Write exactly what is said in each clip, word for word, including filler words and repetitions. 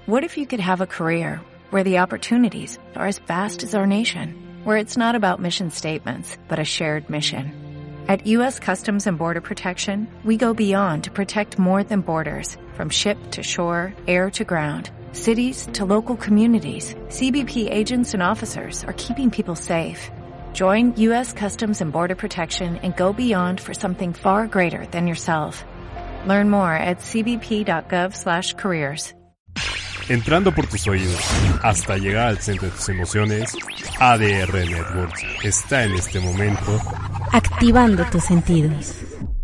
What if you could have a career where the opportunities are as vast as our nation, where it's not about mission statements, but a shared mission? At U S Customs and Border Protection, we go beyond to protect more than borders. From ship to shore, air to ground, cities to local communities, C B P agents and officers are keeping people safe. Join U S Customs and Border Protection and go beyond for something far greater than yourself. Learn more at cbp.gov slash careers. Entrando por tus oídos hasta llegar al centro de tus emociones, A D R Networks está en este momento activando tus sentidos.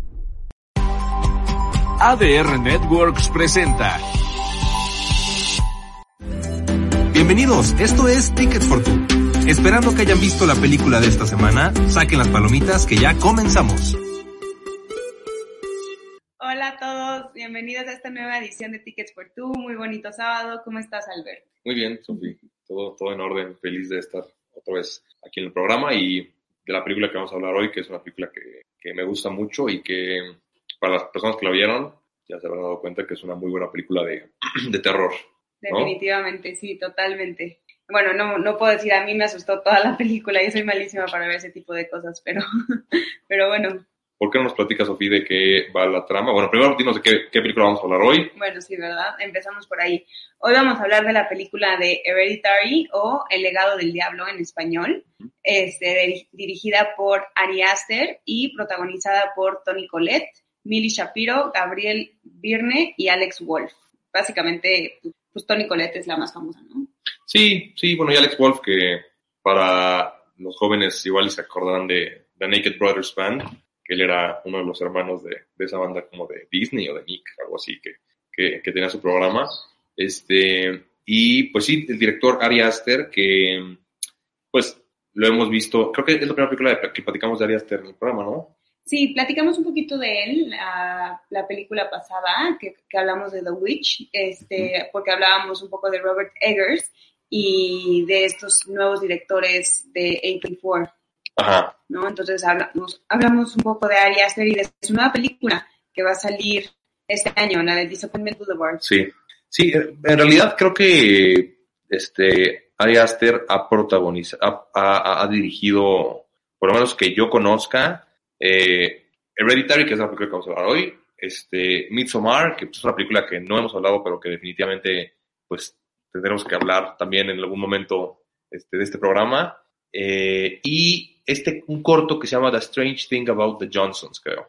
A D R Networks presenta. Bienvenidos, esto es Tickets for Two. Esperando que hayan visto la película de esta semana, saquen las palomitas que ya comenzamos. Hola a todos, bienvenidos a esta nueva edición de Tickets for Two. Muy bonito sábado, ¿cómo estás, Albert? Muy bien, Sofi, todo, todo en orden, feliz de estar otra vez aquí en el programa y de la película que vamos a hablar hoy, que es una película que, que me gusta mucho y que para las personas que la vieron ya se habrán dado cuenta que es una muy buena película de, de terror, ¿no? Definitivamente, sí, totalmente. Bueno, no, no puedo decir, a mí me asustó toda la película, yo soy malísima para ver ese tipo de cosas, pero, pero bueno. ¿Por qué no nos platicas, Sofía, de qué va la trama? Bueno, primero dinos de qué, qué película vamos a hablar hoy. Bueno, sí, ¿verdad? Empezamos por ahí. Hoy vamos a hablar de la película de Hereditary o El legado del diablo en español, este, dirigida por Ari Aster y protagonizada por Toni Collette, Millie Shapiro, Gabriel Byrne y Alex Wolff. Básicamente, pues Toni Collette es la más famosa, ¿no? Sí, sí, bueno, y Alex Wolff, que para los jóvenes igual se acordarán de The Naked Brothers Band, que él era uno de los hermanos de, de esa banda como de Disney o de Nick, algo así, que, que, que tenía su programa. Este, y pues sí, el director Ari Aster, que pues lo hemos visto, creo que es la primera película que platicamos de Ari Aster en el programa, ¿no? Sí, platicamos un poquito de él, la, la película pasada, que, que hablamos de The Witch, este, porque hablábamos un poco de Robert Eggers y de estos nuevos directores de A veinticuatro. Ajá. ¿No? Entonces hablamos, hablamos un poco de Ari Aster y de su nueva película que va a salir este año, la de Disappointment Boulevard. Sí, sí, en realidad creo que este Ari Aster ha protagonizado, ha, ha, ha dirigido, por lo menos que yo conozca, eh, Hereditary, que es la película que vamos a hablar hoy, este, Midsommar, que es una película que no hemos hablado, pero que definitivamente pues tendremos que hablar también en algún momento este, de este programa, eh, y este, un corto que se llama The Strange Thing About the Johnsons, creo.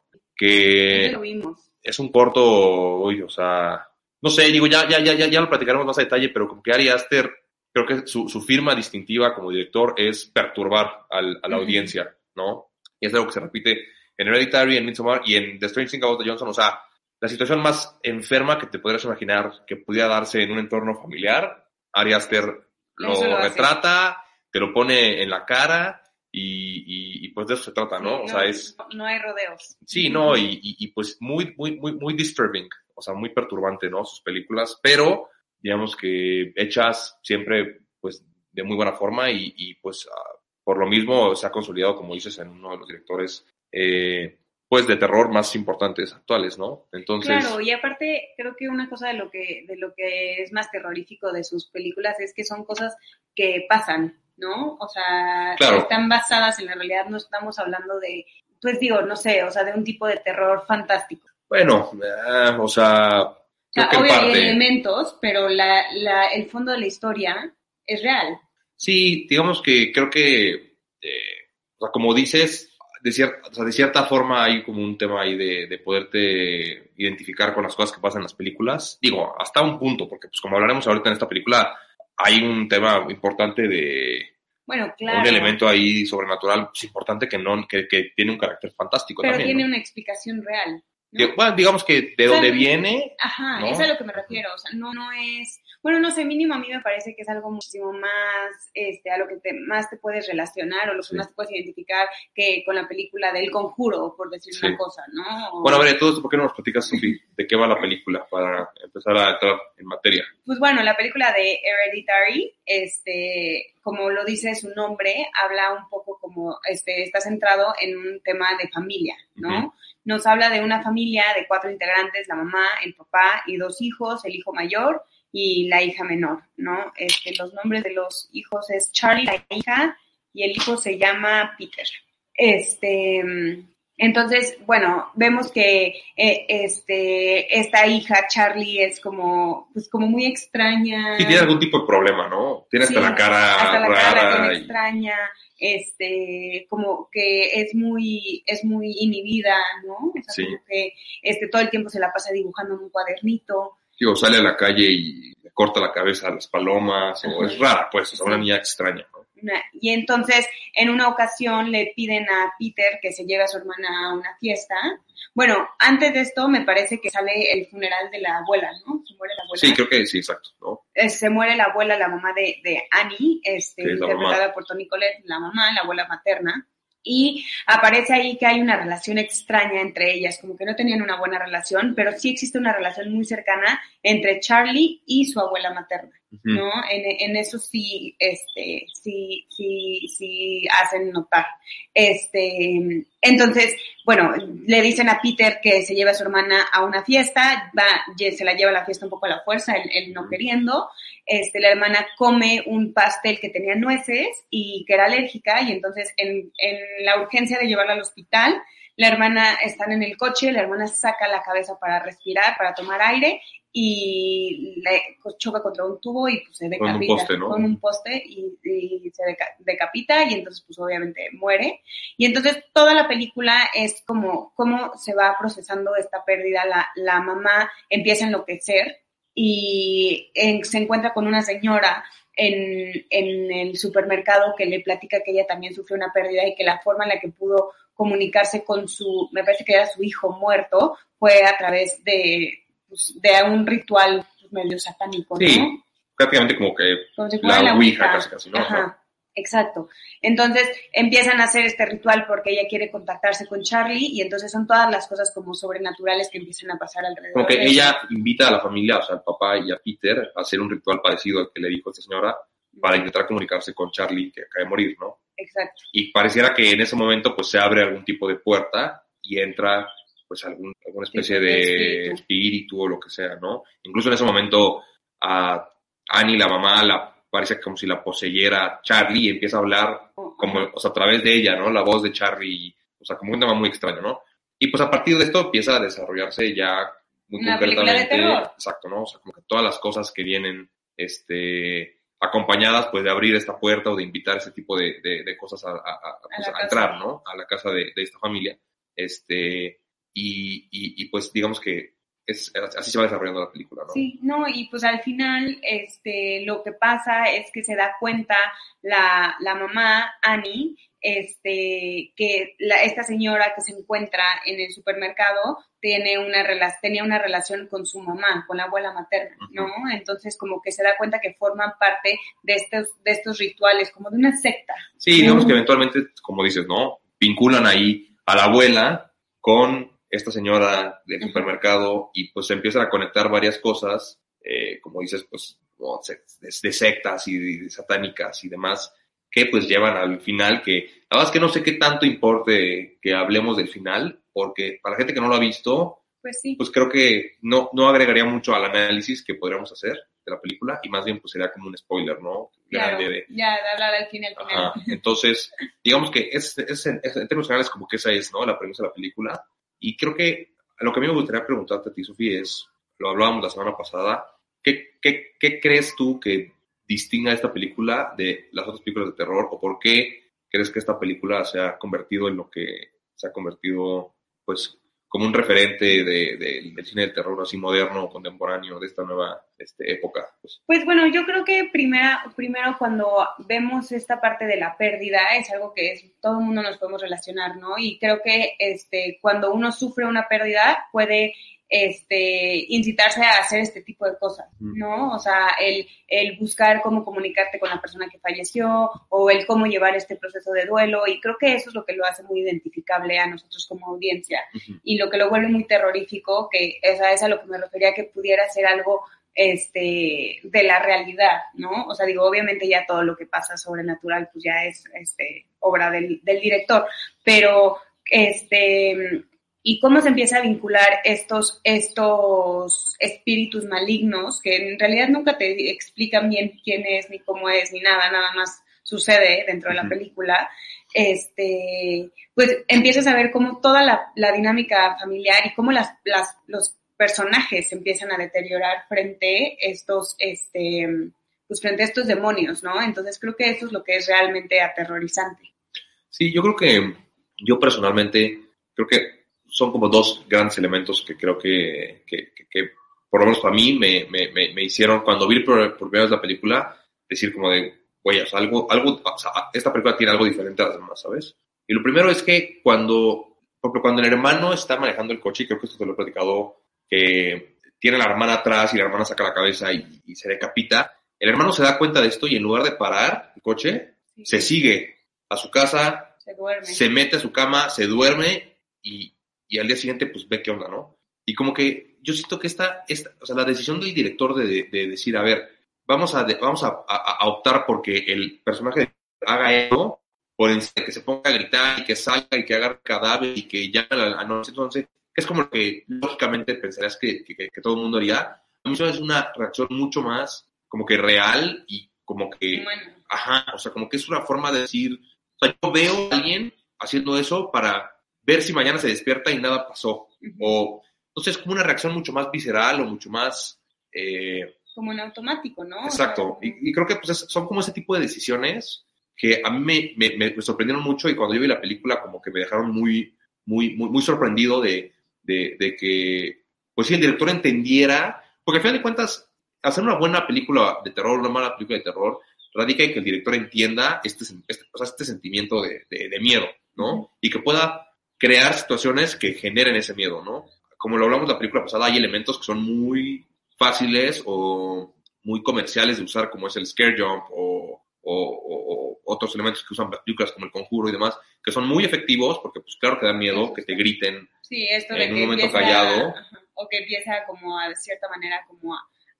Que lo vimos. Es un corto, uy, o sea, no sé, digo, ya, ya, ya, ya, ya lo platicaremos más a detalle, pero como que Ari Aster, creo que su, su firma distintiva como director es perturbar al, a la uh-huh. audiencia, ¿no? Y es algo que se repite en Hereditary, en Midsommar y en The Strange Thing About the Johnsons. O sea, la situación más enferma que te podrías imaginar que pudiera darse en un entorno familiar, Ari Aster lo, lo retrata, te lo pone en la cara. Y, y, y pues de eso se trata, ¿no? Sí, o sea, no, es... No hay rodeos. Sí, no, y, y, y pues muy, muy, muy, muy disturbing, o sea, muy perturbante, ¿no? Sus películas, pero digamos que hechas siempre, pues, de muy buena forma y, y pues, uh, por lo mismo se ha consolidado, como dices, en uno de los directores, eh, pues, de terror más importantes actuales, ¿no? Entonces... Claro, y aparte, creo que una cosa de lo que, de lo que es más terrorífico de sus películas es que son cosas que pasan, ¿no? O sea, claro. Están basadas en la realidad, no estamos hablando de, pues digo, no sé, o sea, de un tipo de terror fantástico. Bueno, eh, o sea, o sea creo que obvio en parte... hay elementos, pero la, la, el fondo de la historia es real. Sí, digamos que creo que, eh, o sea, como dices, de cierta, o sea, de cierta forma hay como un tema ahí de, de poderte identificar con las cosas que pasan en las películas. Digo, hasta un punto, porque pues como hablaremos ahorita en esta película, hay un tema importante de bueno, claro. un elemento ahí sobrenatural pues, importante que no que, que tiene un carácter fantástico pero también. Pero tiene ¿no? una explicación real. ¿no? Que, bueno, digamos que de o sea, dónde viene. Ajá, ¿no? eso es a lo que me refiero. O sea, no, no es... Bueno, no sé, mínimo a mí me parece que es algo muchísimo más, este, a lo que te, más te puedes relacionar o lo que sí. más te puedes identificar que con la película del Conjuro, por decir sí. una cosa, ¿no? O... Bueno, a ver, todo esto, ¿por qué no nos platicas, Sofi, de qué va la película para empezar a entrar en materia? Pues bueno, la película de Hereditary, este, como lo dice su nombre, habla un poco como, este, está centrado en un tema de familia, ¿no? Uh-huh. Nos habla de una familia de cuatro integrantes, la mamá, el papá y dos hijos, el hijo mayor y la hija menor, ¿no? Este, los nombres de los hijos es Charlie, la hija, y el hijo se llama Peter. Este, entonces, bueno, vemos que eh, este, esta hija, Charlie, es como, pues como muy extraña. Sí, tiene algún tipo de problema, ¿no? Tiene hasta Sí, la cara hasta la rara. cara la tiene y... extraña, este, como que es muy, es muy inhibida, ¿no? O sea, Sí. como que este, todo el tiempo se la pasa dibujando en un cuadernito. Digo, sale a la calle y le corta la cabeza a las palomas, o Ajá. es rara, pues, o sea, Sí. una niña extraña, ¿no? Una- Y entonces, en una ocasión le piden a Peter que se lleve a su hermana a una fiesta. Bueno, antes de esto me parece que sale el funeral de la abuela, ¿no? Se muere la abuela. Sí, creo que sí, exacto, ¿no? Eh, se muere la abuela, la mamá de, de Annie, este, Que es la interpretada mamá. por Toni Collette, la mamá, la abuela materna. Y aparece ahí que hay una relación extraña entre ellas, como que no tenían una buena relación, pero sí existe una relación muy cercana entre Charlie y su abuela materna, Ujú. ¿no? En, en eso sí, este, sí, sí, sí hacen notar. Este, entonces, bueno, le dicen a Peter que se lleve a su hermana a una fiesta, va, se la lleva a la fiesta un poco a la fuerza, él, él no queriendo. Este, la hermana come un pastel que tenía nueces y que era alérgica, y entonces en, en la urgencia de llevarla al hospital, la hermana están en el coche, la hermana saca la cabeza para respirar, para tomar aire, y le choca contra un tubo y pues se decapita. Con un poste, ¿no? Con un poste y, y se deca- decapita, y entonces pues obviamente muere. Y entonces toda la película es como cómo se va procesando esta pérdida. La, la mamá empieza a enloquecer y en, se encuentra con una señora en, en el supermercado que le platica que ella también sufrió una pérdida y que la forma en la que pudo comunicarse con su, me parece que era su hijo muerto, fue a través de, pues, de un ritual pues, medio satánico, ¿no? Sí, prácticamente como que Como si fuera la la ouija, ouija. casi, casi, ¿no? Ajá, Ajá. exacto. Entonces empiezan a hacer este ritual porque ella quiere contactarse con Charlie, y entonces son todas las cosas como sobrenaturales que empiezan a pasar alrededor. Como que de ella invita a la familia, o sea, al papá y a Peter, a hacer un ritual parecido al que le dijo esta señora, para intentar comunicarse con Charlie, que acaba de morir, ¿no? Exacto. Y pareciera que en ese momento, pues, se abre algún tipo de puerta y entra, pues, algún, alguna especie Sí, de espíritu. espíritu o lo que sea, ¿no? Incluso en ese momento, a Annie, la mamá, la parece como si la poseyera Charlie y empieza a hablar como, o sea, a través de ella, ¿no? La voz de Charlie, o sea, como un tema muy extraño, ¿no? Y pues a partir de esto empieza a desarrollarse ya muy Una película de concretamente. terror. Exacto, ¿no? O sea, como que todas las cosas que vienen, este, acompañadas, pues, de abrir esta puerta o de invitar ese tipo de, de, de cosas a, a, a, pues, la a entrar, ¿no? A la casa de, de esta familia. Este, y, y, y pues digamos que es, así se va desarrollando la película, ¿no? Sí, no, y pues al final este, lo que pasa es que se da cuenta la, la mamá, Annie, este, que la, esta señora que se encuentra en el supermercado tiene una rela- tenía una relación con su mamá, con la abuela materna, ¿no? Ujú. Entonces como que se da cuenta que forman parte de estos, de estos rituales, como de una secta. Sí, digamos ¿no? que eventualmente, como dices, ¿no? Vinculan ahí a la abuela con esta señora del Ujú. supermercado y pues se empiezan a conectar varias cosas, eh, como dices, pues, como de, de sectas y de satánicas y demás, que pues llevan al final, que la verdad es que no sé qué tanto importe que hablemos del final, porque para la gente que no lo ha visto, Pues sí. pues creo que no, no agregaría mucho al análisis que podríamos hacer de la película y más bien pues sería como un spoiler, ¿no? Claro, Grande de, ya, de hablar al fin y al final. Ajá. Entonces, digamos que es, es, en, es, en términos generales como que esa es, ¿no? La premisa de la película. Y creo que lo que a mí me gustaría preguntarte a ti, Sofía, es, lo hablábamos la semana pasada, ¿qué, qué, qué crees tú que distinga esta película de las otras películas de terror? ¿O por qué crees que esta película se ha convertido en lo que se ha convertido, pues, como un referente de, de, del cine de terror así moderno, contemporáneo, de esta nueva este, época? Pues. Pues bueno, yo creo que primero, primero cuando vemos esta parte de la pérdida es algo que es, todo el mundo nos podemos relacionar, ¿no? Y creo que este, cuando uno sufre una pérdida puede este, incitarse a hacer este tipo de cosas, ¿no? O sea, el, el buscar cómo comunicarte con la persona que falleció o el cómo llevar este proceso de duelo, y creo que eso es lo que lo hace muy identificable a nosotros como audiencia uh-huh. y lo que lo vuelve muy terrorífico, que o sea, es a lo que me refería, que pudiera ser algo este, de la realidad, ¿no? O sea, digo, obviamente ya todo lo que pasa sobrenatural pues ya es este, obra del, del director, pero este... y cómo se empieza a vincular estos, estos espíritus malignos que en realidad nunca te explican bien quién es, ni cómo es, ni nada, nada más sucede dentro de la película. Este, pues empiezas a ver cómo toda la, la dinámica familiar y cómo las, las, los personajes se empiezan a deteriorar frente a estos, este, pues frente a estos demonios, ¿no? Entonces creo que eso es lo que es realmente aterrorizante. Sí, yo creo que, yo personalmente, creo que son como dos grandes elementos que creo que, que, que, que por lo menos para mí me, me, me, me hicieron, cuando vi por, por primera vez la película, decir como de, oye, o sea, algo, algo, o sea, esta película tiene algo diferente a las demás, ¿sabes? Y lo primero es que cuando, por ejemplo, cuando el hermano está manejando el coche, y creo que esto te lo he platicado, que tiene a la hermana atrás y la hermana saca la cabeza y, y se decapita, el hermano se da cuenta de esto y en lugar de parar el coche, sí. se sigue a su casa, se duerme, se mete a su cama, se duerme y, y al día siguiente pues ve qué onda, ¿no? Y como que yo siento que esta, esta o sea, la decisión del director de, de, de decir, a ver, vamos a, de, vamos a, a, a optar porque el personaje haga eso, por que se ponga a gritar y que salga y que haga cadáver y que llame a la noche, entonces, que es como lo que lógicamente pensarías que, que, que todo el mundo haría. A mí eso es una reacción mucho más como que real y como que, bueno. ajá, o sea, como que es una forma de decir, o sea, yo veo a alguien haciendo eso para ver si mañana se despierta y nada pasó, uh-huh. o, entonces es como una reacción mucho más visceral o mucho más... Eh, como en automático, ¿no? Exacto, o sea, y, y creo que pues, es, son como ese tipo de decisiones que a mí me, me, me sorprendieron mucho y cuando yo vi la película como que me dejaron muy, muy, muy, muy sorprendido de, de, de que, pues sí, el director entendiera, porque al final de cuentas, hacer una buena película de terror, una mala película de terror, radica en que el director entienda este, este, o sea, este sentimiento de, de, de miedo, ¿no? Uh-huh. Y que pueda crear situaciones que generen ese miedo, ¿no? Como lo hablamos la película pasada, hay elementos que son muy fáciles o muy comerciales de usar, como es el scare jump o, o, o, o otros elementos que usan las películas como El Conjuro y demás, que son muy efectivos porque pues claro que da miedo que te griten sí, esto de en que un momento empieza, callado. Ajá, o que empieza como a, de cierta manera, como a,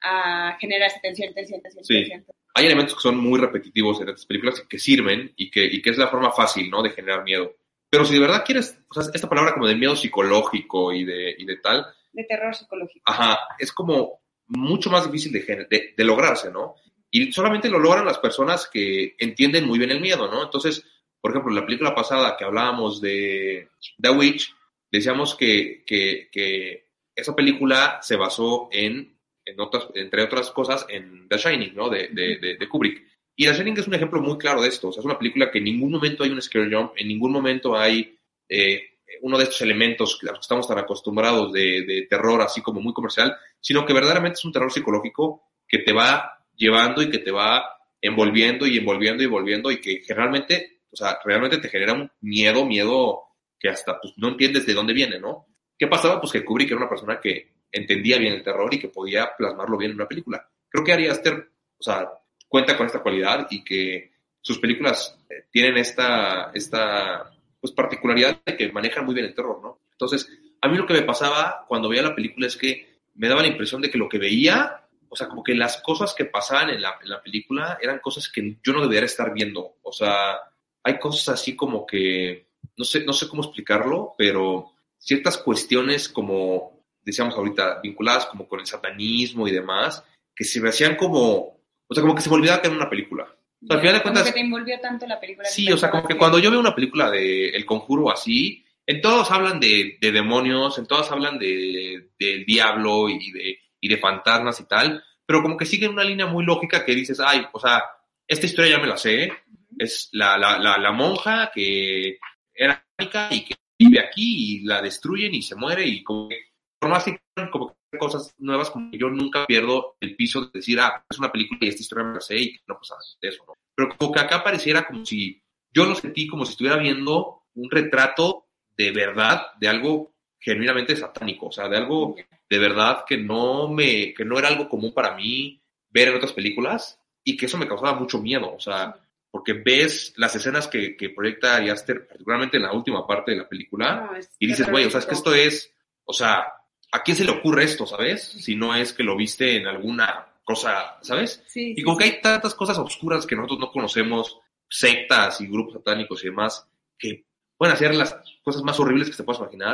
a generar tensión, tensión, tensión, sí. tensión. Hay elementos que son muy repetitivos en estas películas y que sirven y que, y que es la forma fácil, ¿no?, de generar miedo. Pero si de verdad quieres, o sea, esta palabra como de miedo psicológico y de, y de tal... De terror psicológico. Ajá, es como mucho más difícil de, de, de lograrse, ¿no? Y solamente lo logran las personas que entienden muy bien el miedo, ¿no? Entonces, por ejemplo, en la película pasada que hablábamos de The Witch, decíamos que, que, que esa película se basó en, en otras, entre otras cosas, en The Shining, ¿no? De, de, de, de Kubrick. Y The Shining es un ejemplo muy claro de esto. O sea, es una película que en ningún momento hay un scare jump, en ningún momento hay eh, uno de estos elementos a los que estamos tan acostumbrados de, de terror, así como muy comercial, sino que verdaderamente es un terror psicológico que te va llevando y que te va envolviendo y envolviendo y envolviendo y que generalmente, o sea, realmente te genera un miedo, miedo que hasta pues, no entiendes de dónde viene, ¿no? ¿Qué pasaba? Pues que Kubrick era una persona que entendía bien el terror y que podía plasmarlo bien en una película. Creo que Ari Aster, o sea, cuenta con esta cualidad y que sus películas eh, tienen esta, esta pues, particularidad de que manejan muy bien el terror, ¿no? Entonces, a mí lo que me pasaba cuando veía la película es que me daba la impresión de que lo que veía, o sea, como que las cosas que pasaban en la, en la película eran cosas que yo no debería estar viendo. O sea, hay cosas así como que, no sé, no sé cómo explicarlo, pero ciertas cuestiones como, decíamos ahorita, vinculadas como con el satanismo y demás, que se me hacían como, o sea, como que se me olvidaba que era una película. O sea, al final de cuentas, como que te envolvió tanto la película. Sí, o sea, como que, que cuando yo veo una película de El Conjuro así, en todos hablan de, de demonios, en todos hablan de del diablo y de, y de fantasmas y tal, pero como que siguen una línea muy lógica que dices, ay, o sea, esta historia ya me la sé, es la, la, la, la monja que era rica y que vive aquí y la destruyen y se muere y como que, por más que como que cosas nuevas, como que yo nunca pierdo el piso de decir, ah, es una película y esta historia me la sé y que no pasa de eso, ¿no? Pero como que acá pareciera como si, yo lo sentí como si estuviera viendo un retrato de verdad de algo genuinamente satánico, o sea, de algo de verdad que no me, que no era algo común para mí ver en otras películas y que eso me causaba mucho miedo, o sea, porque ves las escenas que, que proyecta Ari Aster, particularmente en la última parte de la película, no, y dices, güey, o sea, es que esto es, o sea, ¿a quién se le ocurre esto, sabes? Si no es que lo viste en alguna cosa, ¿sabes? Sí, y sí, como sí. que hay tantas cosas oscuras que nosotros no conocemos, sectas y grupos satánicos y demás, que pueden hacer las cosas más horribles que se puedas imaginar.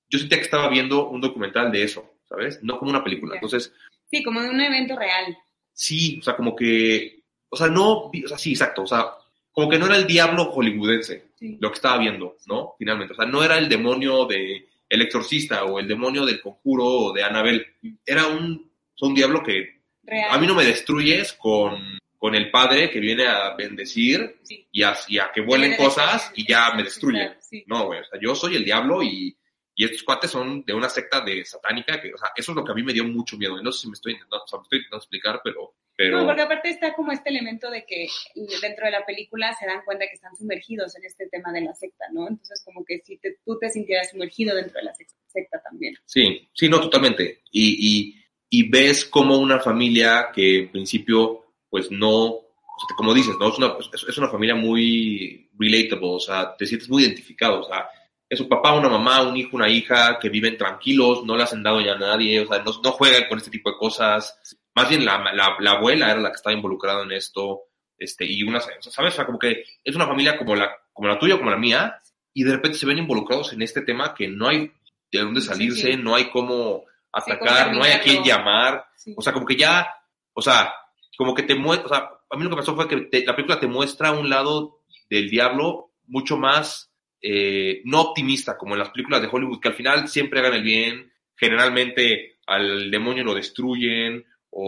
yo sentía que estaba viendo un documental de eso, ¿sabes? No como una película. Entonces, sí, como de un evento real. Sí, o sea, como que, o sea, no, o sea, sí, exacto, o sea, como que no era el diablo hollywoodense sí. lo que estaba viendo, ¿no? Finalmente, o sea, no era el demonio de El Exorcista o el demonio del Conjuro o de Annabelle, era un, un diablo que real. A mí no me destruyes con, con el padre que viene a bendecir sí. y, a, y a que vuelen cosas y ya me destruyen. Sí. No, güey, o sea, yo soy el diablo y, y estos cuates son de una secta de satánica que, o sea, eso es lo que a mí me dio mucho miedo. No sé si me estoy intentando, o sea, me estoy intentando explicar, pero... Pero... No, porque aparte está como este elemento de que dentro de la película se dan cuenta que están sumergidos en este tema de la secta, ¿no? Entonces como que si te, tú te sintieras sumergido dentro de la secta también. Sí, sí, no, totalmente. Y, y, y ves como una familia que en principio, pues no, o sea, como dices, ¿no? Es una, es una familia muy relatable, o sea, te sientes muy identificado, o sea, es un papá, una mamá, un hijo, una hija que viven tranquilos, no le hacen daño ya a nadie, o sea, no, no juegan con este tipo de cosas. Más bien la, la, la abuela era la que estaba involucrada en esto, este, y una, ¿sabes? O sea, como que es una familia como la, como la tuya, como la mía, y de repente se ven involucrados en este tema que no hay de dónde salirse, sí, sí. no hay cómo atacar, sí, no hay a quién llamar, sí. o sea, como que ya, o sea, como que te muestra, o sea, a mí lo que pasó fue que te, la película te muestra un lado del diablo mucho más, eh, no optimista, como en las películas de Hollywood, que al final siempre hagan el bien, generalmente al demonio lo destruyen,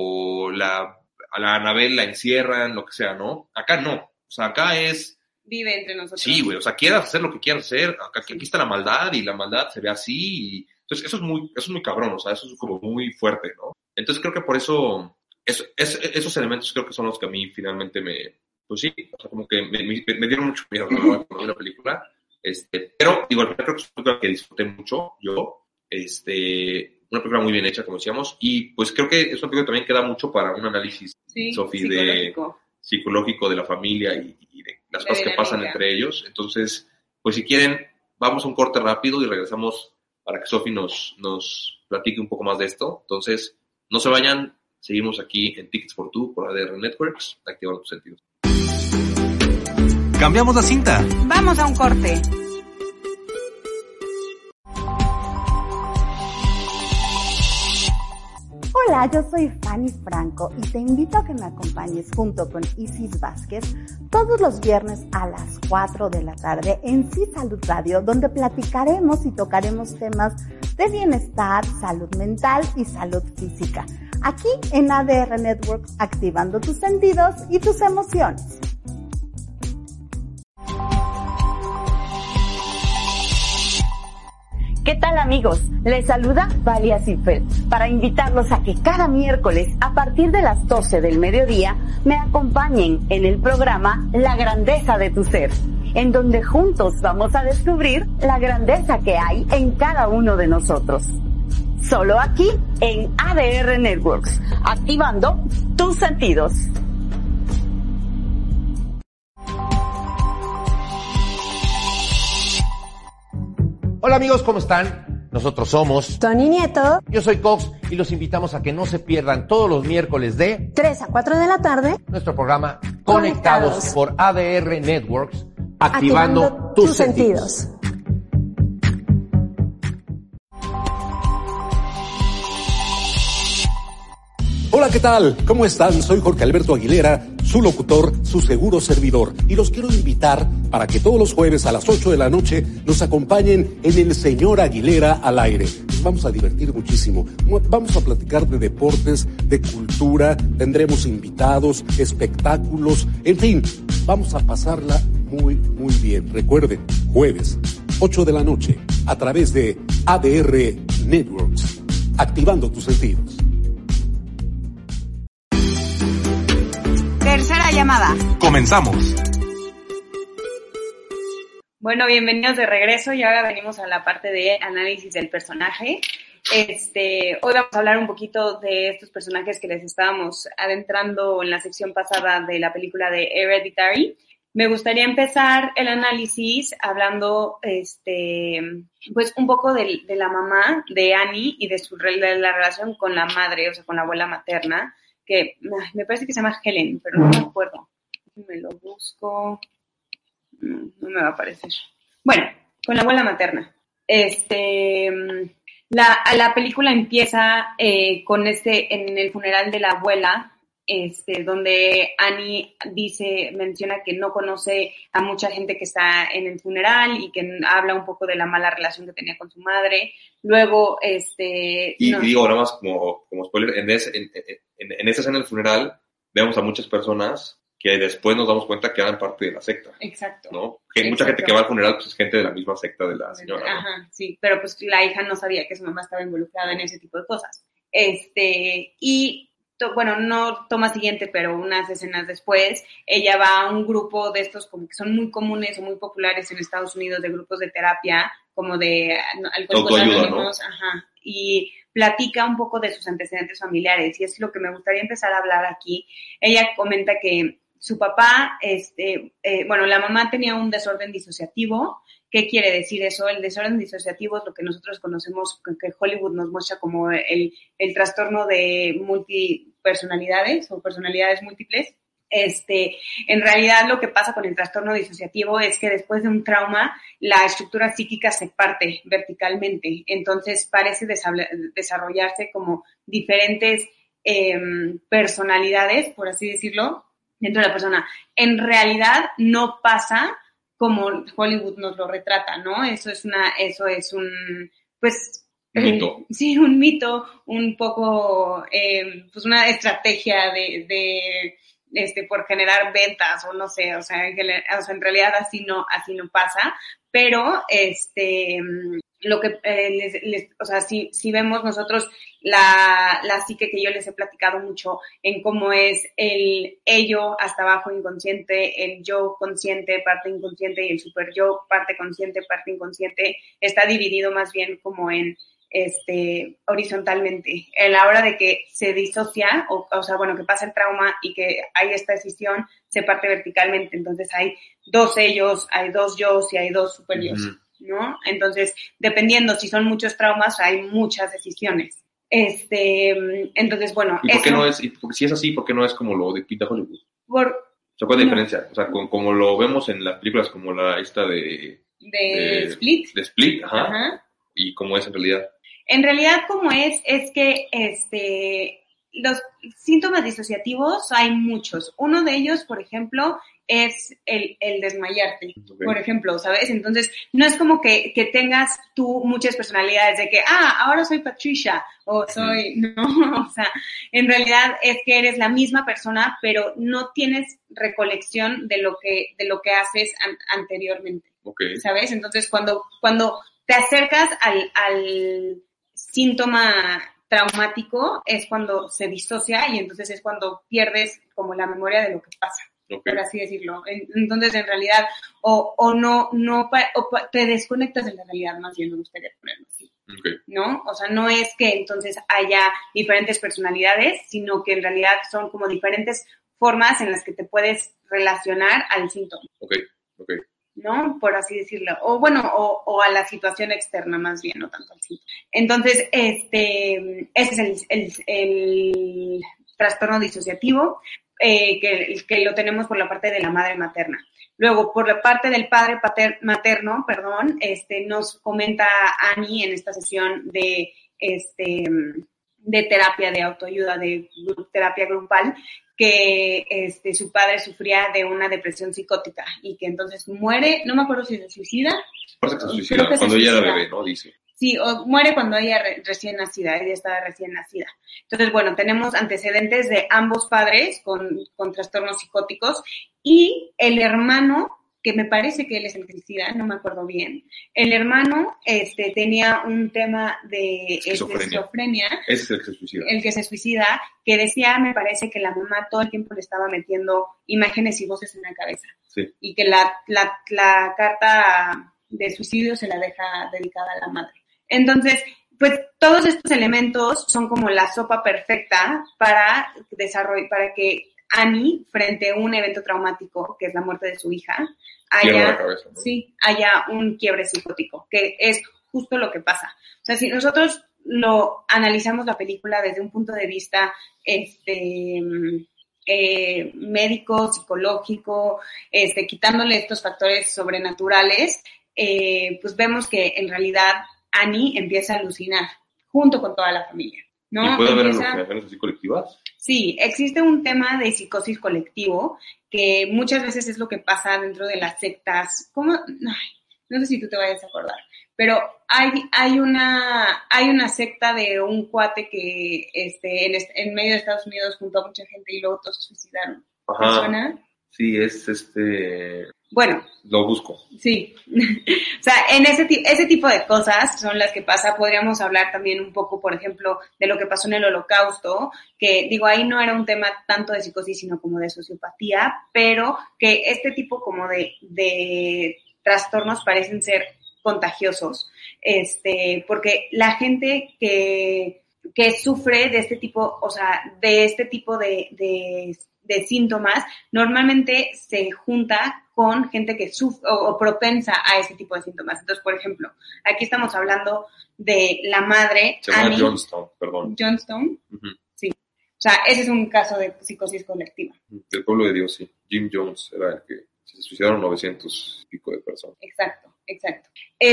o la, a la Annabelle la encierran, lo que sea, ¿no? Acá no, o sea, acá es... Vive entre nosotros. Sí, güey, o sea, quieras hacer lo que quieras hacer, acá, sí. aquí está la maldad, y la maldad se ve así, y... Entonces, eso es muy, eso es muy cabrón, o sea, eso es como muy fuerte, ¿no? Entonces, creo que por eso, eso, es, esos elementos creo que son los que a mí finalmente me... Pues sí, o sea, como que me, me, me dieron mucho miedo, ¿no? Cuando vi la película, este, pero, igual, creo que es una película que disfruté mucho, yo, este... Una película muy bien hecha, como decíamos, y pues creo que es una película que también queda mucho para un análisis, sí, Sofi, psicológico. de psicológico de la familia y, y de las de cosas que pasan entre ellos. Entonces, pues si quieren, vamos a un corte rápido y regresamos para que Sofi nos, nos platique un poco más de esto. Entonces, no se vayan, seguimos aquí en Tickets for Two por A D R Networks, activando tus sentidos. Cambiamos la cinta. Vamos a un corte. Hola, yo soy Fanny Franco y te invito a que me acompañes junto con Isis Vázquez todos los viernes a las cuatro de la tarde en Sí Salud Radio, donde platicaremos y tocaremos temas de bienestar, salud mental y salud física. Aquí en A D R Networks, activando tus sentidos y tus emociones. ¿Qué tal, amigos? Les saluda Valia Zifel para invitarlos a que cada miércoles a partir de las doce del mediodía me acompañen en el programa La Grandeza de tu Ser, en donde juntos vamos a descubrir la grandeza que hay en cada uno de nosotros. Solo aquí en A D R Networks, activando tus sentidos. Hola amigos, ¿cómo están? Nosotros somos Tony Nieto. Yo soy Cox y los invitamos a que no se pierdan todos los miércoles de tres a cuatro de la tarde nuestro programa Conectados, Conectados por A D R Networks, activando, activando tus, tus sentidos. sentidos. Hola, ¿qué tal? ¿Cómo están? Soy Jorge Alberto Aguilera, su locutor, su seguro servidor, y los quiero invitar para que todos los jueves a las ocho de la noche nos acompañen en El Señor Aguilera al aire. Nos vamos a divertir muchísimo. Vamos a platicar de deportes, de cultura, tendremos invitados, espectáculos, en fin, vamos a pasarla muy, muy bien. Recuerden, jueves, ocho de la noche, a través de A D R Networks, activando tus sentidos. Tercera llamada. Comenzamos. Bueno, bienvenidos de regreso y ahora venimos a la parte de análisis del personaje. Este, hoy vamos a hablar un poquito de estos personajes que les estábamos adentrando en la sección pasada de la película de Hereditary. Me gustaría empezar el análisis hablando, este, pues un poco de, de la mamá de Annie y de su de la relación con la madre, o sea, con la abuela materna, que me parece que se llama Helen, pero no me acuerdo. Me lo busco. No, no me va a aparecer. Bueno, con la abuela materna. este, la, la película empieza eh, con este, en el funeral de la abuela, este, donde Annie dice, menciona que no conoce a mucha gente que está en el funeral y que habla un poco de la mala relación que tenía con su madre. Luego, este... Y, no. y digo, nada más como, como spoiler, en, ese, en, en, en esa escena del funeral vemos a muchas personas que después nos damos cuenta que eran parte de la secta. Exacto. ¿No? Que hay Exacto. mucha gente que va al funeral, pues es gente de la misma secta de la señora. ¿no? Ajá, sí, pero pues la hija no sabía que su mamá estaba involucrada en ese tipo de cosas. Este, y, to, bueno, no toma siguiente, pero unas escenas después, ella va a un grupo de estos como que son muy comunes o muy populares en Estados Unidos, de grupos de terapia, como de alcohólicos anónimos, ¿no? Ajá, y platica un poco de sus antecedentes familiares, y es lo que me gustaría empezar a hablar aquí. Ella comenta que su papá, este, eh, bueno, la mamá tenía un desorden disociativo. ¿Qué quiere decir eso? El desorden disociativo es lo que nosotros conocemos, que Hollywood nos muestra como el, el trastorno de multipersonalidades o personalidades múltiples. Este, en realidad lo que pasa con el trastorno disociativo es que después de un trauma, la estructura psíquica se parte verticalmente. Entonces parece desarrollarse como diferentes eh, personalidades, por así decirlo, dentro de la persona. En realidad no pasa como Hollywood nos lo retrata, ¿no? Eso es una, eso es un, pues, mito. Eh, sí, un mito, un poco, eh, pues una estrategia de, de, este, por generar ventas o no sé, o sea, en, o sea, en realidad así no, así no pasa, pero, este, lo que, eh, les, les, o sea, si, si vemos nosotros la, la psique que yo les he platicado mucho en cómo es el ello hasta abajo inconsciente, el yo consciente, parte inconsciente, y el super yo, parte consciente, parte inconsciente, está dividido más bien como en, este, horizontalmente. En la hora de que se disocia, o, o sea, bueno, que pasa el trauma y que hay esta decisión, se parte verticalmente. Entonces hay dos ellos, hay dos yos y hay dos super yos. Uh-huh. ¿No? Entonces, dependiendo si son muchos traumas, hay muchas decisiones. Este, entonces, bueno. ¿Y por eso, qué no es, y si es así, por qué no es como lo de pinta Hollywood? Por, o sea, ¿cuál es la no. diferencia? O sea, con, como lo vemos en las películas como la esta de... De, de Split. De Split, ajá. Ajá. ¿Y cómo es en realidad? En realidad, como es, es que, este, los síntomas disociativos hay muchos. Uno de ellos, por ejemplo, es el, el desmayarte, okay. Por ejemplo, ¿sabes? Entonces, no es como que, que tengas tú muchas personalidades de que, ah, ahora soy Patricia, o soy, mm. no, o sea, en realidad es que eres la misma persona, pero no tienes recolección de lo que, de lo que haces an- anteriormente, okay. ¿Sabes? Entonces, cuando, cuando te acercas al, al síntoma traumático, es cuando se disocia y entonces es cuando pierdes como la memoria de lo que pasa. Okay. Por así decirlo. Entonces, en realidad, o, o no, no, o te desconectas de la realidad, más bien me gustaría ponerlo así. Okay. ¿No? O sea, no es que entonces haya diferentes personalidades, sino que en realidad son como diferentes formas en las que te puedes relacionar al síntoma. Ok, ok. ¿No? Por así decirlo. O bueno, o, o a la situación externa más bien, no tanto al síntoma. Entonces, este, ese es el, el, el trastorno disociativo. Eh, que, que lo tenemos por la parte de la madre materna. Luego, por la parte del padre pater, materno, perdón, este, nos comenta Annie en esta sesión de, este, de terapia de autoayuda, de terapia grupal, que este, su padre sufría de una depresión psicótica y que entonces muere, no me acuerdo si se suicida. Parece que se suicida, que cuando se ella suicida. Era bebé, ¿no? Dice. Sí, o muere cuando ella re- recién nacida, ella estaba recién nacida. Entonces, bueno, tenemos antecedentes de ambos padres con, con trastornos psicóticos y el hermano, que me parece que él es el que suicida, no me acuerdo bien, el hermano este, tenía un tema de esquizofrenia. esquizofrenia. Ese es el que se suicida. El que se suicida, que decía, me parece que la mamá todo el tiempo le estaba metiendo imágenes y voces en la cabeza. Sí. Y que la, la, la carta de suicidio se la deja dedicada a la madre. Entonces, pues todos estos elementos son como la sopa perfecta para desarrollar, para que Annie, frente a un evento traumático, que es la muerte de su hija, haya, cabeza, ¿no? sí, haya un quiebre psicótico, que es justo lo que pasa. O sea, si nosotros lo analizamos la película desde un punto de vista este eh, médico, psicológico, este, quitándole estos factores sobrenaturales, eh, pues vemos que en realidad Annie empieza a alucinar junto con toda la familia, ¿no? ¿Y puede haber Empieza... alucinaciones así colectivas? Sí, existe un tema de psicosis colectivo que muchas veces es lo que pasa dentro de las sectas. ¿Cómo? Ay, no sé si tú te vayas a acordar, pero hay hay una hay una secta de un cuate que este en, en medio de Estados Unidos juntó a mucha gente y luego todos se suicidaron. ¿Te suena? Sí, es este... Bueno. Lo busco. Sí. O sea, en ese, ese tipo de cosas son las que pasa. Podríamos hablar también un poco, por ejemplo, de lo que pasó en el Holocausto, que digo, ahí no era un tema tanto de psicosis, sino como de sociopatía, pero que este tipo como de, de trastornos parecen ser contagiosos, este, porque la gente que, que sufre de este tipo, o sea, de este tipo de, de de síntomas, normalmente se junta con gente que sufre o, o propensa a ese tipo de síntomas. Entonces, por ejemplo, aquí estamos hablando de la madre... Se llama Annie Johnstone, perdón. Johnstone, uh-huh. Sí. O sea, ese es un caso de psicosis colectiva. Del pueblo de Dios, sí. Jim Jones era el que se suicidaron novecientos y pico de personas. Exacto, exacto.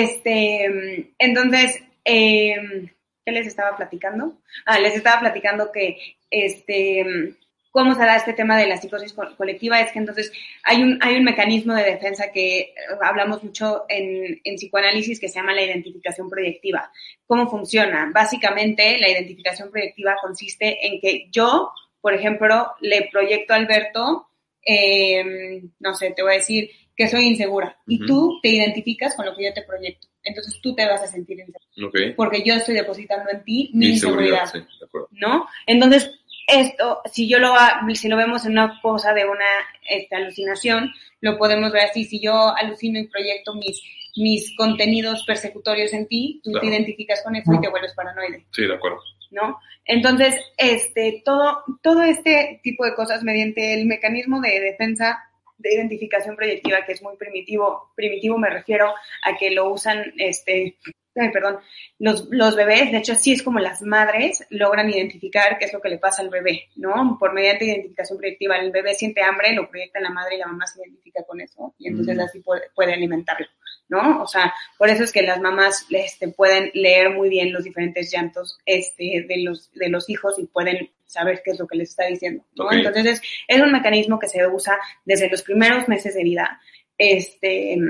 Este, entonces, eh, ¿qué les estaba platicando? Ah, les estaba platicando que este... ¿Cómo se da este tema de la psicosis colectiva? Es que entonces hay un, hay un mecanismo de defensa que hablamos mucho en, en psicoanálisis que se llama la identificación proyectiva. ¿Cómo funciona? Básicamente, la identificación proyectiva consiste en que yo, por ejemplo, le proyecto a Alberto, eh, no sé, te voy a decir que soy insegura. Uh-huh. Y tú te identificas con lo que yo te proyecto. Entonces tú te vas a sentir insegura. Okay. Porque yo estoy depositando en ti mi, mi inseguridad. Sí, de acuerdo. ¿No? Entonces, esto, si yo lo, si lo vemos en una cosa de una este, alucinación, lo podemos ver así. Si yo alucino y proyecto mis, mis contenidos persecutorios en ti, tú claro. te identificas con eso y te vuelves paranoide. Sí, de acuerdo. ¿No? Entonces, este, todo, todo este tipo de cosas mediante el mecanismo de defensa de identificación proyectiva, que es muy primitivo, primitivo me refiero a que lo usan, este, ay, perdón, los, los bebés, de hecho sí es como las madres logran identificar qué es lo que le pasa al bebé, ¿no? Por mediante identificación proyectiva, el bebé siente hambre, lo proyecta en la madre y la mamá se identifica con eso y entonces mm. así puede, puede alimentarlo, ¿no? O sea, por eso es que las mamás este, pueden leer muy bien los diferentes llantos este, de los, de los hijos y pueden saber qué es lo que les está diciendo, ¿no? Okay. Entonces es, es un mecanismo que se usa desde los primeros meses de vida, este,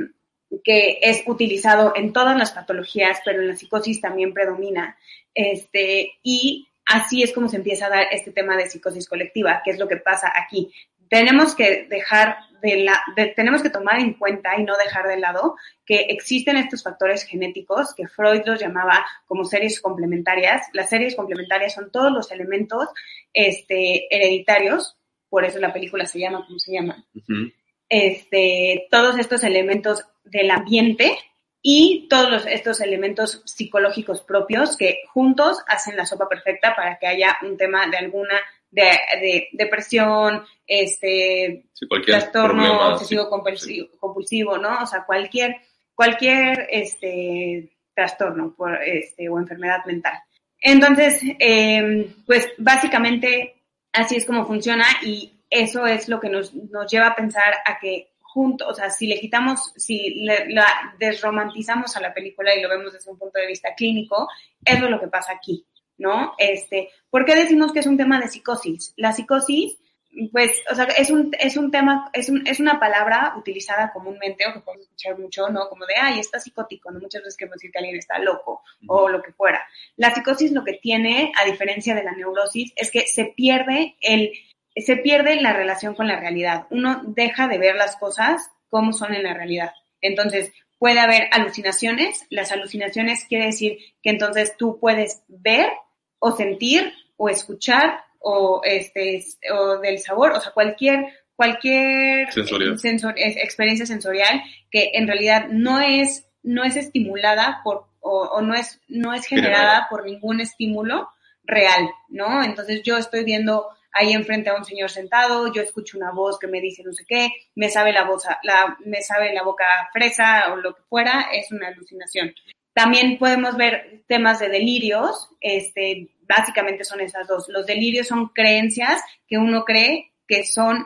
que es utilizado en todas las patologías, pero en la psicosis también predomina, este, y así es como se empieza a dar este tema de psicosis colectiva, que es lo que pasa aquí. Tenemos que dejar de la, de, tenemos que tomar en cuenta y no dejar de lado que existen estos factores genéticos que Freud los llamaba como series complementarias. Las series complementarias son todos los elementos, este, hereditarios, por eso la película se llama como se llama. Uh-huh. Este, todos estos elementos del ambiente y todos los, estos elementos psicológicos propios que juntos hacen la sopa perfecta para que haya un tema de alguna de, de depresión, este, sí, trastorno problema, obsesivo sí, compulsivo, sí. compulsivo, ¿no? O sea, cualquier cualquier este trastorno por este o enfermedad mental. Entonces, eh, pues básicamente así es como funciona y eso es lo que nos, nos lleva a pensar a que juntos, o sea, si le quitamos, si le, la desromantizamos a la película y lo vemos desde un punto de vista clínico, eso es lo que pasa aquí, ¿no? Este, ¿por qué decimos que es un tema de psicosis? La psicosis, pues, o sea, es un, es un tema, es un, es una palabra utilizada comúnmente, o que podemos escuchar mucho, ¿no? Como de, ay, está psicótico, ¿no? Muchas veces queremos decir que alguien está loco, uh-huh. o lo que fuera. La psicosis lo que tiene, a diferencia de la neurosis, es que se pierde el, se pierde la relación con la realidad. Uno deja de ver las cosas como son en la realidad. Entonces, puede haber alucinaciones. Las alucinaciones quiere decir que entonces tú puedes ver o sentir o escuchar o este o del sabor, o sea, cualquier cualquier sensor, experiencia sensorial que en realidad no es no es estimulada por o, o no es no es generada por ningún estímulo real, ¿no? Entonces yo estoy viendo ahí enfrente a un señor sentado, yo escucho una voz que me dice no sé qué, me sabe la voz, la, me sabe la boca fresa o lo que fuera, es una alucinación. También podemos ver temas de delirios, este, básicamente son esas dos. Los delirios son creencias que uno cree que son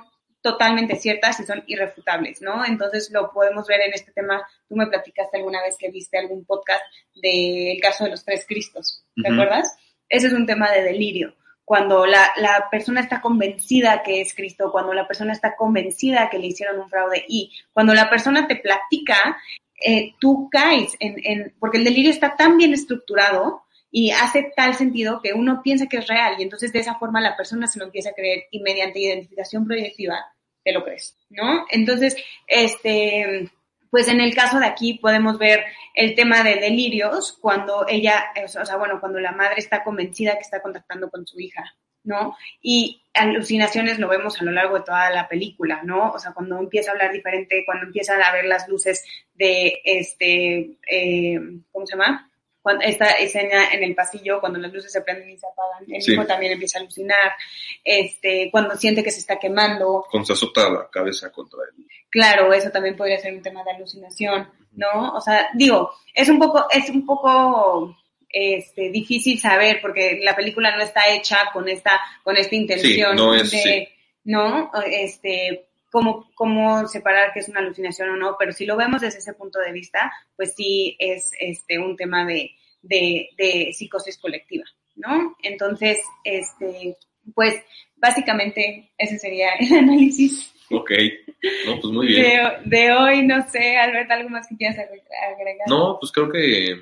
totalmente ciertas y son irrefutables, ¿no? Entonces lo podemos ver en este tema. Tú me platicaste alguna vez que viste algún podcast del caso de los tres Cristos, ¿te uh-huh. acuerdas? Ese es un tema de delirio. Cuando la, la persona está convencida que es Cristo, cuando la persona está convencida que le hicieron un fraude y cuando la persona te platica, eh, tú caes en, en, porque el delirio está tan bien estructurado y hace tal sentido que uno piensa que es real y entonces de esa forma la persona se lo empieza a creer y mediante identificación proyectiva te lo crees, ¿no? Entonces, este... pues en el caso de aquí podemos ver el tema de delirios cuando ella, o sea, bueno, cuando la madre está convencida que está contactando con su hija, ¿no? Y alucinaciones lo vemos a lo largo de toda la película, ¿no? O sea, cuando empieza a hablar diferente, cuando empiezan a ver las luces de, este, eh, ¿cómo se llama? Cuando esta escena en el pasillo, cuando las luces se prenden y se apagan, el sí. hijo también empieza a alucinar, este, cuando siente que se está quemando. Cuando se azota la cabeza contra él. Claro, eso también podría ser un tema de alucinación, ¿no? O sea, digo, es un poco, es un poco, este, difícil saber porque la película no está hecha con esta, con esta intención sí, no es, de, sí. ¿no? Este, cómo, cómo separar qué es una alucinación o no, pero si lo vemos desde ese punto de vista, pues sí es, este, un tema de, de, de psicosis colectiva, ¿no? Entonces, este, pues, básicamente ese sería el análisis. Ok, no, pues muy bien. De, de hoy, no sé, Albert, ¿algo más que quieras agregar? No, pues creo que,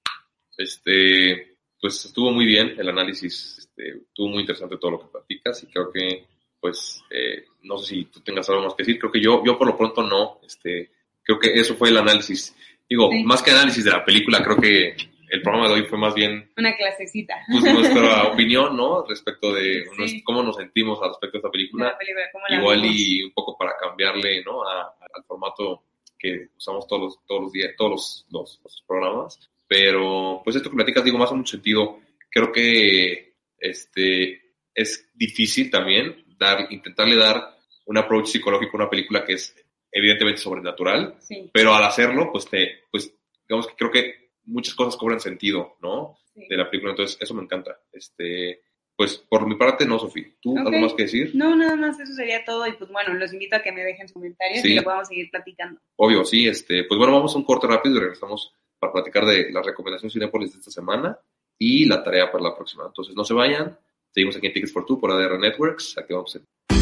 este, pues estuvo muy bien el análisis, este, estuvo muy interesante todo lo que platicas y creo que, pues, eh, no sé si tú tengas algo más que decir, creo que yo, yo por lo pronto no, este, creo que eso fue el análisis. Digo, sí. Más que análisis de la película, creo que el programa de hoy fue más bien... una clasecita. Pues nuestra opinión, ¿no? Respecto de sí. nuestro, cómo nos sentimos al respecto de esta película. De la película ¿cómo la Igual vimos? Y un poco para cambiarle, ¿no? A, a, al formato que usamos todos los, todos los días, todos los, los, los programas. Pero, pues esto que platicas, digo, más hace mucho sentido. Creo que este es difícil también dar, intentarle dar un approach psicológico a una película que es evidentemente sobrenatural. Sí. Pero al hacerlo, pues te, pues, digamos que creo que muchas cosas cobran sentido, ¿no? Sí. De la película, entonces eso me encanta. Este, pues por mi parte no, Sofía. ¿Tú okay. algo más que decir? No, nada más, eso sería todo y pues bueno, los invito a que me dejen sus comentarios sí. y lo podamos seguir platicando. Obvio, sí, este, pues bueno, vamos a un corte rápido y regresamos para platicar de las recomendaciones Cinépolis de esta semana y la tarea para la próxima. Entonces no se vayan, seguimos aquí en Tickets for Two por A D R Networks, aquí vamos a...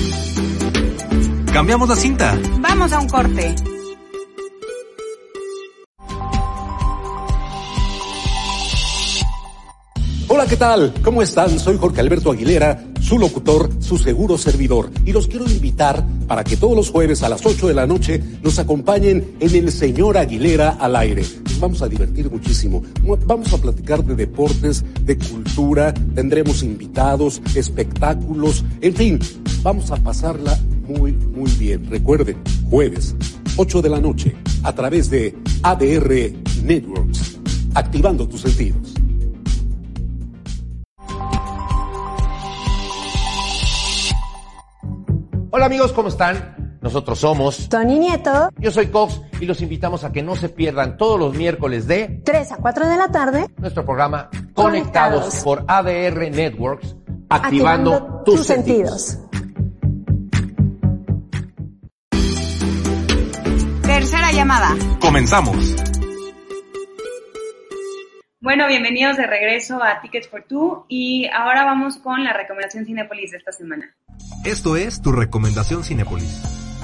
Cambiamos la cinta. Vamos a un corte. Hola, ¿qué tal? ¿Cómo están? Soy Jorge Alberto Aguilera, su locutor, su seguro servidor. Y los quiero invitar para que todos los jueves a las ocho de la noche nos acompañen en El Señor Aguilera al aire. Nos vamos a divertir muchísimo. Vamos a platicar de deportes, de cultura, tendremos invitados, espectáculos, en fin, vamos a pasarla muy, muy bien. Recuerden, jueves, ocho de la noche, a través de A D R Networks, activando tus sentidos. Hola amigos, ¿cómo están? Nosotros somos Tony Nieto. Yo soy Cox y los invitamos a que no se pierdan todos los miércoles de tres a cuatro de la tarde nuestro programa Conectados, Conectados por A D R Networks, activando, activando tus, tus sentidos. sentidos. Tercera llamada. Comenzamos. Bueno, bienvenidos de regreso a Tickets for Two y ahora vamos con la recomendación Cinépolis de esta semana. Esto es tu recomendación Cinépolis.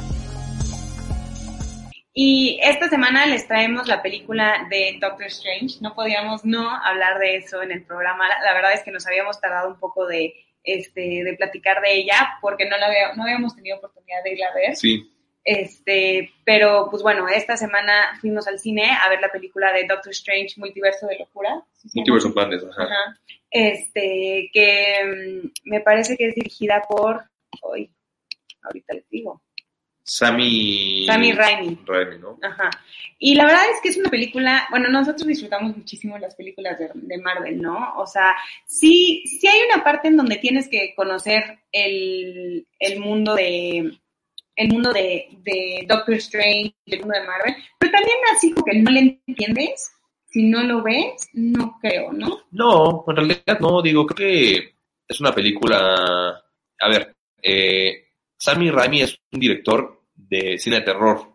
Y esta semana les traemos la película de Doctor Strange. No podíamos no hablar de eso en el programa. La verdad es que nos habíamos tardado un poco de este de platicar de ella porque no la había, no habíamos tenido oportunidad de irla a ver. Sí. Este, pero pues bueno, esta semana fuimos al cine a ver la película de Doctor Strange, Multiverso de Locura. ¿Sí Multiverso of Madness, ajá. ajá. Este, que um, me parece que es dirigida por, hoy, ahorita les digo. Sammy... Sammy Raimi. Raimi, ¿no? Ajá. Y la verdad es que es una película, bueno, nosotros disfrutamos muchísimo las películas de, de Marvel, ¿no? O sea, sí, sí hay una parte en donde tienes que conocer el, el mundo de... el mundo de, de Doctor Strange, el mundo de Marvel, pero también así como que no le entiendes, si no lo ves, no creo, ¿no? No, en realidad no, digo, creo que es una película, a ver, eh, Sam Raimi es un director de cine de terror.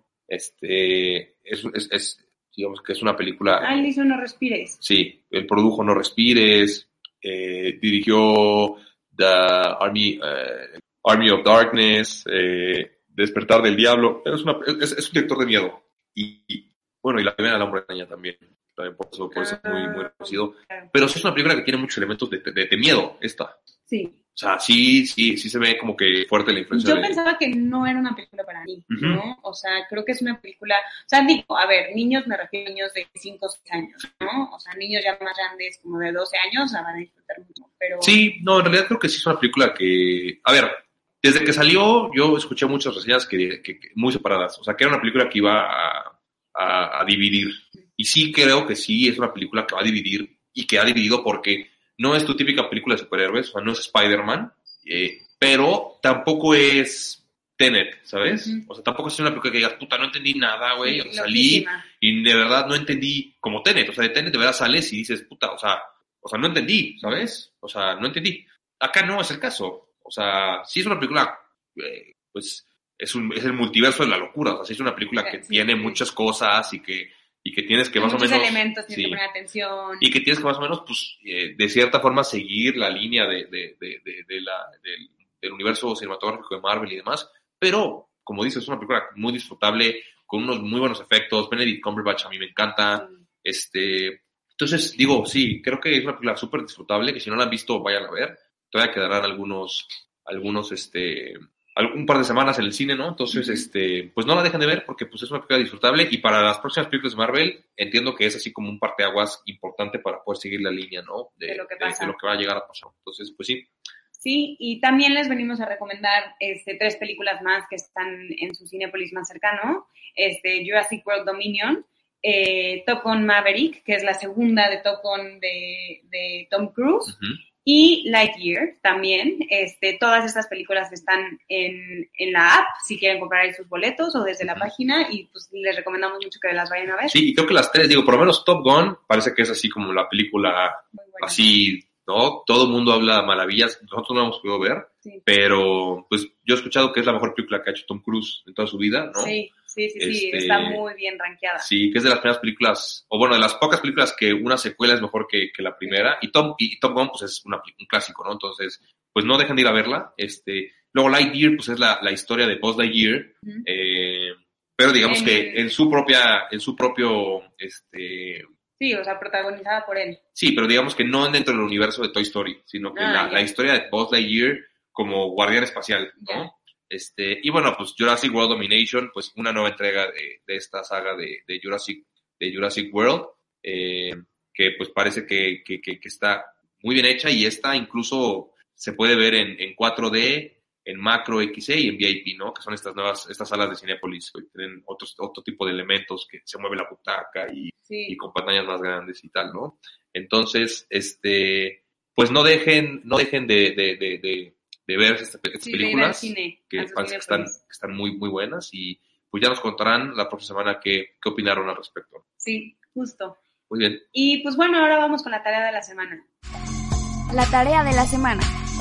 Este, es, es, es digamos que es una película... Ah, él hizo No Respires. Sí, él produjo No Respires, eh, dirigió The Army, uh, Army of Darkness, eh, Despertar del Diablo. Es, una, es, es un director de miedo. Y, y bueno, y La Primera, El Hombre Araña también. También por eso, por eso es muy, muy conocido. Pero sí es una película que tiene muchos elementos de, de, de miedo, esta. Sí. O sea, sí, sí, sí se ve como que fuerte la influencia. Yo de... pensaba que no era una película para mí, uh-huh. ¿no? O sea, creo que es una película... O sea, digo, a ver, niños me refiero a niños de cinco o seis años, ¿no? O sea, niños ya más grandes, como de doce años, la van a disfrutar mucho, pero... Sí, no, en realidad creo que sí es una película que... A ver, desde que salió yo escuché muchas reseñas que, que, que muy separadas. O sea, que era una película que iba a, a, a dividir. Y sí creo que sí es una película que va a dividir y que ha dividido porque no es tu típica película de superhéroes, o sea, no es Spider-Man, eh, pero tampoco es Tenet, ¿sabes? Uh-huh. O sea, tampoco es una película que digas, puta, no entendí nada, güey, sí, o sea, salí y de verdad no entendí como Tenet, o sea, de Tenet de verdad sales y dices, puta, o sea, o sea, no entendí, ¿sabes? O sea, no entendí. Acá no es el caso, o sea, sí es una película, eh, pues, es, un, es el multiverso de la locura, o sea, sí es una película que sí, tiene sí. muchas cosas y que y que tienes que Hay más o menos... elementos, tienes sí, que poner atención. Y que tienes que más o menos, pues, eh, de cierta forma seguir la línea de, de, de, de, de la, de, del universo cinematográfico de Marvel y demás, pero, como dices, es una película muy disfrutable, con unos muy buenos efectos. Benedict Cumberbatch a mí me encanta. Sí. Este, entonces, digo, sí, creo que es una película súper disfrutable, que si no la han visto, vayan a ver. Todavía quedarán algunos, algunos, este... un par de semanas en el cine, ¿no? Entonces, uh-huh. este, pues no la dejen de ver porque pues es una película disfrutable y para las próximas películas de Marvel entiendo que es así como un parteaguas importante para poder seguir la línea, ¿no? De, de, lo, que de, de lo que va a llegar a pasar. Entonces, pues sí. Sí, y también les venimos a recomendar este, tres películas más que están en su Cinépolis más cercano. Este, Jurassic World Dominion, eh, Top Gun Maverick, que es la segunda de Top Gun de, de Tom Cruise, uh-huh. y Lightyear también. Este, todas estas películas están en, en la app, si quieren comprar ahí sus boletos o desde la uh-huh. página, y pues les recomendamos mucho que las vayan a ver. Sí, y creo que las tres, digo, por lo menos Top Gun parece que es así como la película así, ¿no? Todo el mundo habla maravillas, nosotros no la hemos podido ver, sí. pero pues yo he escuchado que es la mejor película que ha hecho Tom Cruise en toda su vida, ¿no? Sí. Sí, sí, sí, este, está muy bien rankeada. Sí, que es de las primeras películas, o bueno, de las pocas películas que una secuela es mejor que, que la primera, y Tom, y Top Gun, pues es una, un clásico, ¿no? Entonces, pues no dejen de ir a verla. Este, luego Lightyear, pues es la, la historia de Buzz Lightyear, uh-huh. eh, pero digamos en, que en su propia, en su propio, este... Sí, o sea, protagonizada por él. Sí, pero digamos que no dentro del universo de Toy Story, sino que ah, la, la historia de Buzz Lightyear como guardián espacial, ¿no? Yeah. Este, y bueno, pues Jurassic World Domination, pues una nueva entrega de, de esta saga de, de Jurassic, de Jurassic World, eh, que pues parece que, que, que, que está muy bien hecha y esta incluso se puede ver en, en cuatro D, en Macro X E y en V I P, ¿no? Que son estas nuevas, estas salas de Cinépolis, que tienen otros, otro tipo de elementos, que se mueve la butaca y, sí. y con pantallas más grandes y tal, ¿no? Entonces, este, pues no dejen, no dejen de, de, de, de de ver estas, estas sí, películas cine, que parece que están, que están muy, muy buenas y pues ya nos contarán la próxima semana qué, qué opinaron al respecto. Sí, justo. Muy bien. Y pues bueno, ahora vamos con la tarea de la semana. La tarea de la semana.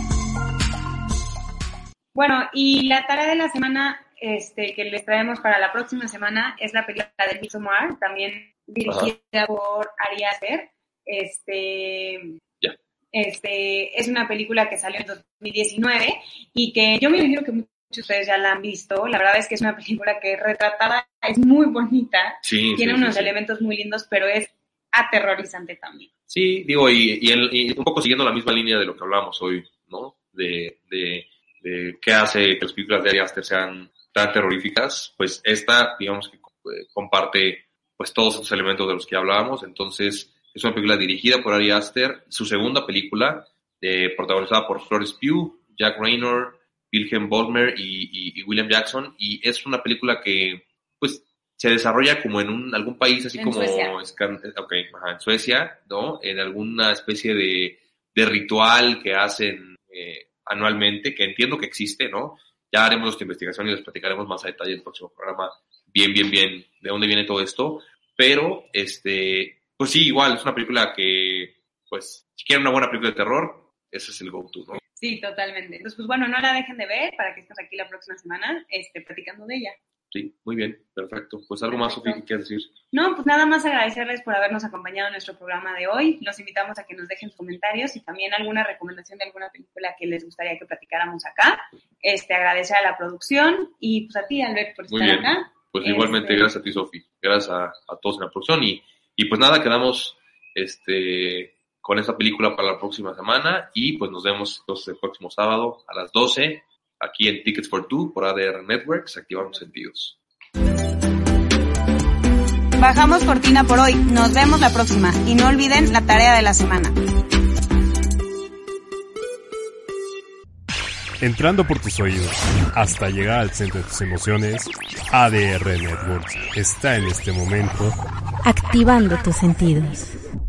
Bueno, y la tarea de la semana este, que les traemos para la próxima semana es la película de Midsommar, también dirigida Ajá. por Ari Aster. Este... Este, es una película que salió en dos mil diecinueve y que yo me imagino que muchos de ustedes ya la han visto. La verdad es que es una película que retratada es muy bonita, sí, tiene sí, unos sí, elementos muy lindos, pero es aterrorizante también. Sí, digo, y, y, el, y un poco siguiendo la misma línea de lo que hablábamos hoy, ¿no? De, de, de qué hace que las películas de Ari Aster sean tan terroríficas, pues esta, digamos que eh, comparte pues todos esos elementos de los que hablábamos, entonces... Es una película dirigida por Ari Aster, su segunda película, eh, protagonizada por Florence Pugh, Jack Reynor, Wilhelm Bodmer y, y, y William Jackson, y es una película que, pues, se desarrolla como en un algún país así en como Suecia. Okay, ajá, en Suecia, ¿no? En alguna especie de, de ritual que hacen eh, anualmente, que entiendo que existe, ¿no? Ya haremos nuestra investigación y les platicaremos más a detalle en el próximo programa, bien, bien, bien, de dónde viene todo esto, pero, este... Pues sí, igual, es una película que, pues, si quieren una buena película de terror, ese es el go-to, ¿no? Sí, totalmente. Entonces, pues bueno, no la dejen de ver para que estemos aquí la próxima semana este, platicando de ella. Sí, muy bien, perfecto. Pues algo más, Sofía, ¿qué quieres decir? No, pues nada más agradecerles por habernos acompañado en nuestro programa de hoy. Los invitamos a que nos dejen comentarios y también alguna recomendación de alguna película que les gustaría que platicáramos acá. Este, agradecer a la producción y pues a ti, Albert, por muy estar bien. acá. Pues este... igualmente, gracias a ti, Sofía. Gracias a, a todos en la producción. Y, y pues nada, quedamos este, con esta película para la próxima semana y pues nos vemos entonces el próximo sábado a las doce aquí en Tickets for Two por A D R Networks, Activando Sentidos. Bajamos cortina por hoy. Nos vemos la próxima. Y no olviden la tarea de la semana. Entrando por tus oídos hasta llegar al centro de tus emociones, A D R Networks está en este momento activando tus sentidos.